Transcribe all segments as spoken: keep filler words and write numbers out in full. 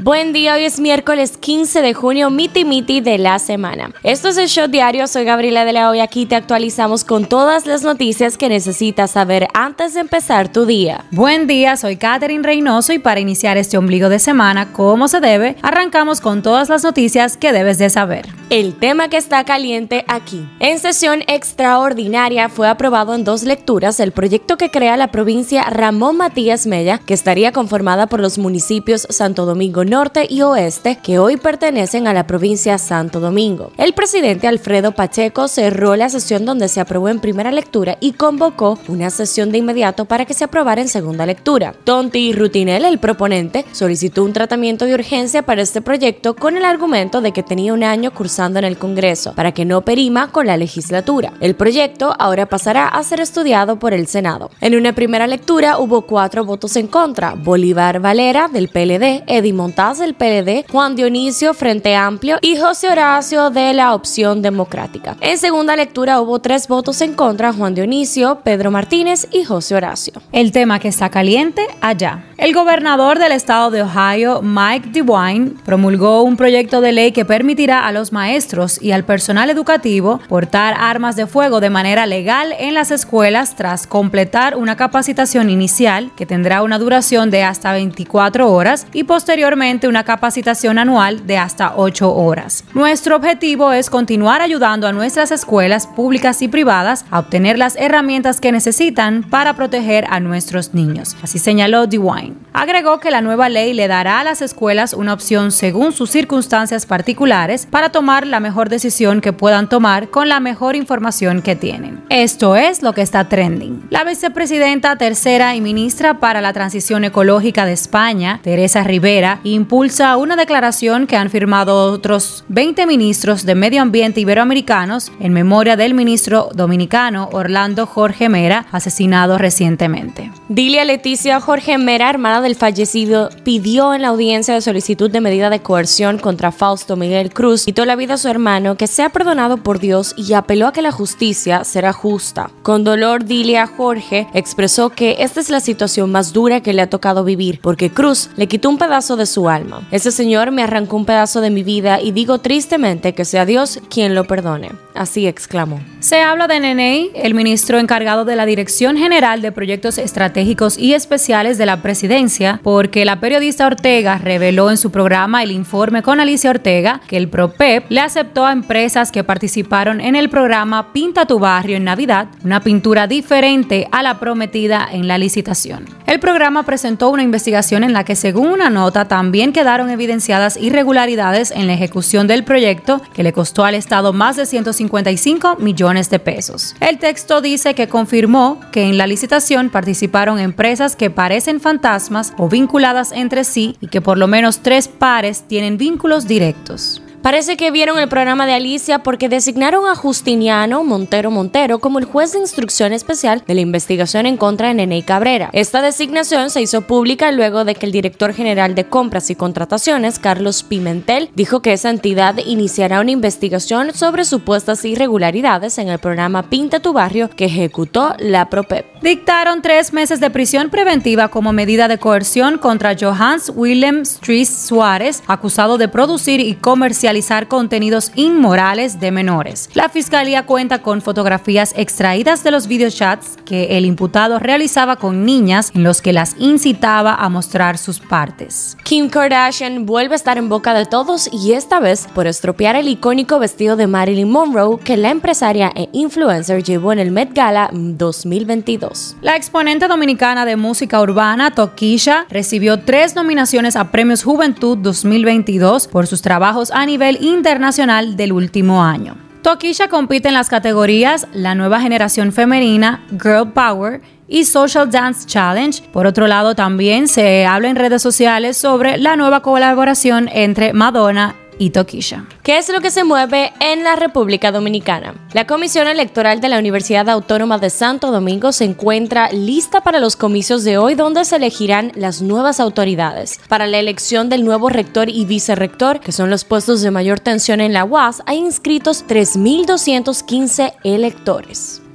Buen día, hoy es miércoles quince de junio, miti miti de la semana. Esto es el Show Diario, soy Gabriela de la Hoya, aquí te actualizamos con todas las noticias que necesitas saber antes de empezar tu día. Buen día, soy Katherine Reynoso y para iniciar este ombligo de semana como se debe, arrancamos con todas las noticias que debes de saber. El tema que está caliente aquí. En sesión extraordinaria fue aprobado en dos lecturas el proyecto que crea la provincia Ramón Matías Mella, que estaría conformada por los municipios Santo Domingo Norte y Oeste, que hoy pertenecen a la provincia Santo Domingo. El presidente Alfredo Pacheco cerró la sesión donde se aprobó en primera lectura y convocó una sesión de inmediato para que se aprobara en segunda lectura. Tonti Rutinel, el proponente, solicitó un tratamiento de urgencia para este proyecto con el argumento de que tenía un año cursando en el Congreso, para que no perima con la legislatura. El proyecto ahora pasará a ser estudiado por el Senado. En una primera lectura hubo cuatro votos en contra: Bolívar Valera, del P L D, Eddie Montaz, del P L D, Juan Dionisio, Frente Amplio, y José Horacio, de la Opción Democrática. En segunda lectura hubo tres votos en contra: Juan Dionisio, Pedro Martínez y José Horacio. El tema que está caliente allá. El gobernador del estado de Ohio, Mike DeWine, promulgó un proyecto de ley que permitirá a los maestros y al personal educativo portar armas de fuego de manera legal en las escuelas tras completar una capacitación inicial que tendrá una duración de hasta veinticuatro horas y posteriormente una capacitación anual de hasta ocho horas. Nuestro objetivo es continuar ayudando a nuestras escuelas públicas y privadas a obtener las herramientas que necesitan para proteger a nuestros niños, así señaló DeWine. Agregó que la nueva ley le dará a las escuelas una opción según sus circunstancias particulares para tomar la mejor decisión que puedan tomar con la mejor información que tienen. Esto es lo que está trending. La vicepresidenta tercera y ministra para la transición ecológica de España, Teresa Rivera, impulsa una declaración que han firmado otros veinte ministros de medio ambiente iberoamericanos en memoria del ministro dominicano Orlando Jorge Mera, asesinado recientemente. Dilia Leticia Jorge Mera, hermana del fallecido, pidió en la audiencia de solicitud de medida de coerción contra Fausto Miguel Cruz, quitó la vida a su hermano, que sea perdonado por Dios, y apeló a que la justicia será justa. Con dolor, Dilia Jorge expresó que esta es la situación más dura que le ha tocado vivir, porque Cruz le quitó un pedazo de su alma. Ese señor me arrancó un pedazo de mi vida y digo tristemente que sea Dios quien lo perdone. Así exclamó. Se habla de Neney, el ministro encargado de la Dirección General de Proyectos Estratégicos y Especiales de la Presidencia, porque la periodista Ortega reveló en su programa El Informe con Alicia Ortega que el PROPEP le aceptó a empresas que participaron en el programa Pinta tu Barrio en Navidad una pintura diferente a la prometida en la licitación. El programa presentó una investigación en la que, según una nota, también quedaron evidenciadas irregularidades en la ejecución del proyecto, que le costó al Estado más de ciento cincuenta y cinco millones de pesos. El texto dice que confirmó que en la licitación participaron empresas que parecen fantasmas o vinculadas entre sí y que por lo menos tres pares tienen vínculos directos. Parece que vieron el programa de Alicia porque designaron a Justiniano Montero Montero como el juez de instrucción especial de la investigación en contra de Neney Cabrera. Esta designación se hizo pública luego de que el director general de Compras y Contrataciones, Carlos Pimentel, dijo que esa entidad iniciará una investigación sobre supuestas irregularidades en el programa Pinta tu Barrio que ejecutó la PROPEP. Dictaron tres meses de prisión preventiva como medida de coerción contra Johannes Willem Stries Suárez, acusado de producir y comercializar contenidos inmorales de menores. La fiscalía cuenta con fotografías extraídas de los videochats que el imputado realizaba con niñas en los que las incitaba a mostrar sus partes. Kim Kardashian vuelve a estar en boca de todos y esta vez por estropear el icónico vestido de Marilyn Monroe que la empresaria e influencer llevó en el Met Gala dos mil veintidós. La exponente dominicana de música urbana, Tokischa, recibió tres nominaciones a Premios Juventud dos mil veintidós por sus trabajos a nivel internacional del último año. Tokischa compite en las categorías La Nueva Generación Femenina, Girl Power y Social Dance Challenge. Por otro lado, también se habla en redes sociales sobre la nueva colaboración entre Madonna y Tokischa. ¿Qué es lo que se mueve en la República Dominicana? La Comisión Electoral de la Universidad Autónoma de Santo Domingo se encuentra lista para los comicios de hoy, donde se elegirán las nuevas autoridades. Para la elección del nuevo rector y vicerrector, que son los puestos de mayor tensión en la U A S, hay inscritos tres mil doscientos quince electores.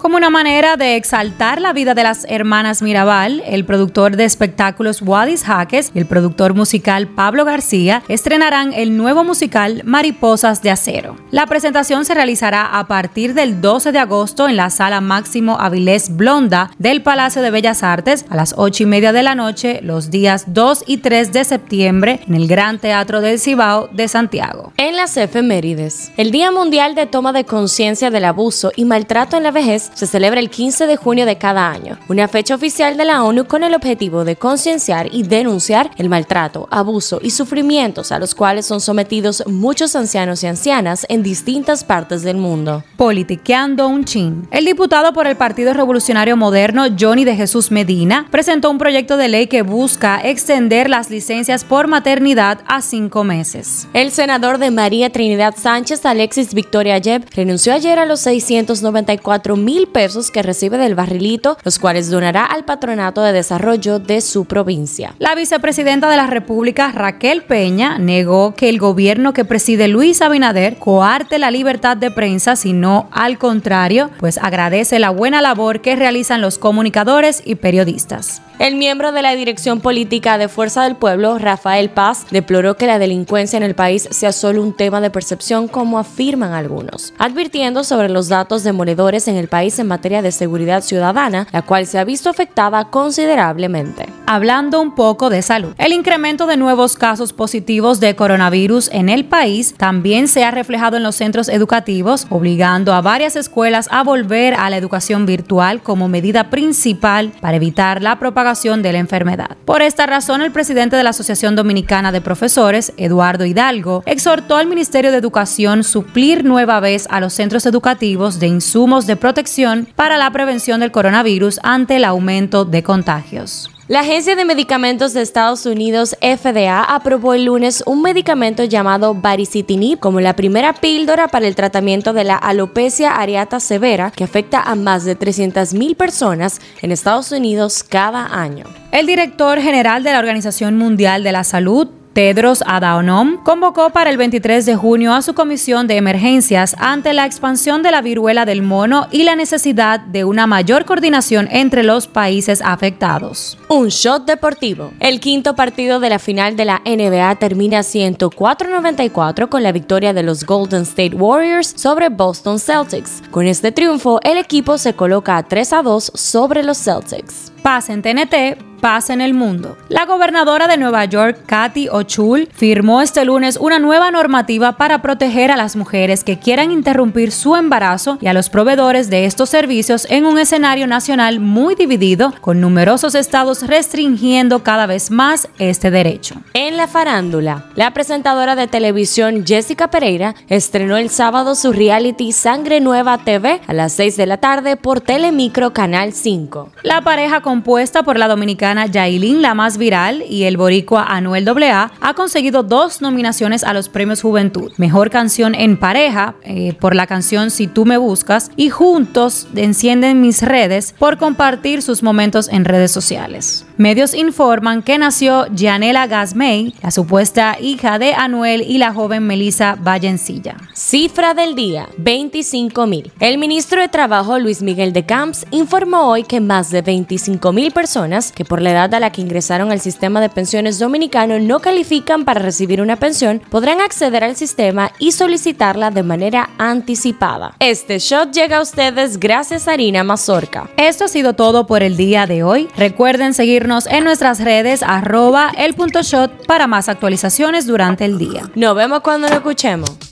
Como una manera de exaltar la vida de las hermanas Mirabal, el productor de espectáculos Wadis Jaques y el productor musical Pablo García estrenarán el nuevo musical Mariposas de Acero. La presentación se realizará a partir del doce de agosto en la Sala Máximo Avilés Blonda del Palacio de Bellas Artes a las ocho y media de la noche los días dos y tres de septiembre en el Gran Teatro del Cibao de Santiago. En las efemérides, el Día Mundial de Toma de Conciencia del Abuso y Maltrato en la Vejez se celebra el quince de junio de cada año, una fecha oficial de la ONU con el objetivo de concienciar y denunciar el maltrato, abuso y sufrimientos a los cuales son sometidos muchos ancianos y ancianas en distintas partes del mundo. Politiqueando un chin. El diputado por el Partido Revolucionario Moderno, Johnny de Jesús Medina, presentó un proyecto de ley que busca extender las licencias por maternidad a cinco meses. El senador de María Trinidad Sánchez, Alexis Victoria Yep, renunció ayer a los seiscientos noventa y cuatro mil pesos que recibe del barrilito, los cuales donará al Patronato de Desarrollo de su provincia. La vicepresidenta de la República, Raquel Peña, negó que el gobierno que preside Luis Abinader coarte la libertad de prensa, sino al contrario, pues agradece la buena labor que realizan los comunicadores y periodistas. El miembro de la Dirección Política de Fuerza del Pueblo, Rafael Paz, deploró que la delincuencia en el país sea solo un tema de percepción como afirman algunos, advirtiendo sobre los datos demoledores en el país en materia de seguridad ciudadana, la cual se ha visto afectada considerablemente. Hablando un poco de salud, el incremento de nuevos casos positivos de coronavirus en el país también se ha reflejado en los centros educativos, obligando a varias escuelas a volver a la educación virtual como medida principal para evitar la propagación de la enfermedad. Por esta razón, el presidente de la Asociación Dominicana de Profesores, Eduardo Hidalgo, exhortó al Ministerio de Educación suplir nueva vez a los centros educativos de insumos de protección para la prevención del coronavirus ante el aumento de contagios. La Agencia de Medicamentos de Estados Unidos, F D A, aprobó el lunes un medicamento llamado baricitinib como la primera píldora para el tratamiento de la alopecia areata severa que afecta a más de trescientas mil personas en Estados Unidos cada año. El director general de la Organización Mundial de la Salud, Tedros Adhanom, convocó para el veintitrés de junio a su comisión de emergencias ante la expansión de la viruela del mono y la necesidad de una mayor coordinación entre los países afectados. Un shot deportivo. El quinto partido de la final de la N B A termina ciento cuatro a noventa y cuatro con la victoria de los Golden State Warriors sobre Boston Celtics. Con este triunfo, el equipo se coloca a tres a dos sobre los Celtics. Paz en T N T, paz en el mundo. La gobernadora de Nueva York, Kathy Hochul, firmó este lunes una nueva normativa para proteger a las mujeres que quieran interrumpir su embarazo y a los proveedores de estos servicios en un escenario nacional muy dividido, con numerosos estados restringiendo cada vez más este derecho. En la farándula, la presentadora de televisión Jessica Pereira estrenó el sábado su reality Sangre Nueva T V a las seis de la tarde por Telemicro Canal cinco. La pareja compuesta por la dominicana Yailin, la más viral, y el boricua Anuel A A ha conseguido dos nominaciones a los premios Juventud: Mejor Canción en Pareja eh, por la canción Si Tú Me Buscas y Juntos Encienden Mis Redes por compartir sus momentos en redes sociales. Medios informan que nació Gianela Gasmey, la supuesta hija de Anuel y la joven Melissa Vallencilla. Cifra del día, veinticinco mil. El ministro de Trabajo, Luis Miguel de Camps, informó hoy que más de veinticinco mil personas que por la edad a la que ingresaron al sistema de pensiones dominicano no califican para recibir una pensión, podrán acceder al sistema y solicitarla de manera anticipada. Este shot llega a ustedes gracias a Harina Mazorca. Esto ha sido todo por el día de hoy. Recuerden seguirnos en nuestras redes arroba el punto shot para más actualizaciones durante el día. Nos vemos cuando lo escuchemos.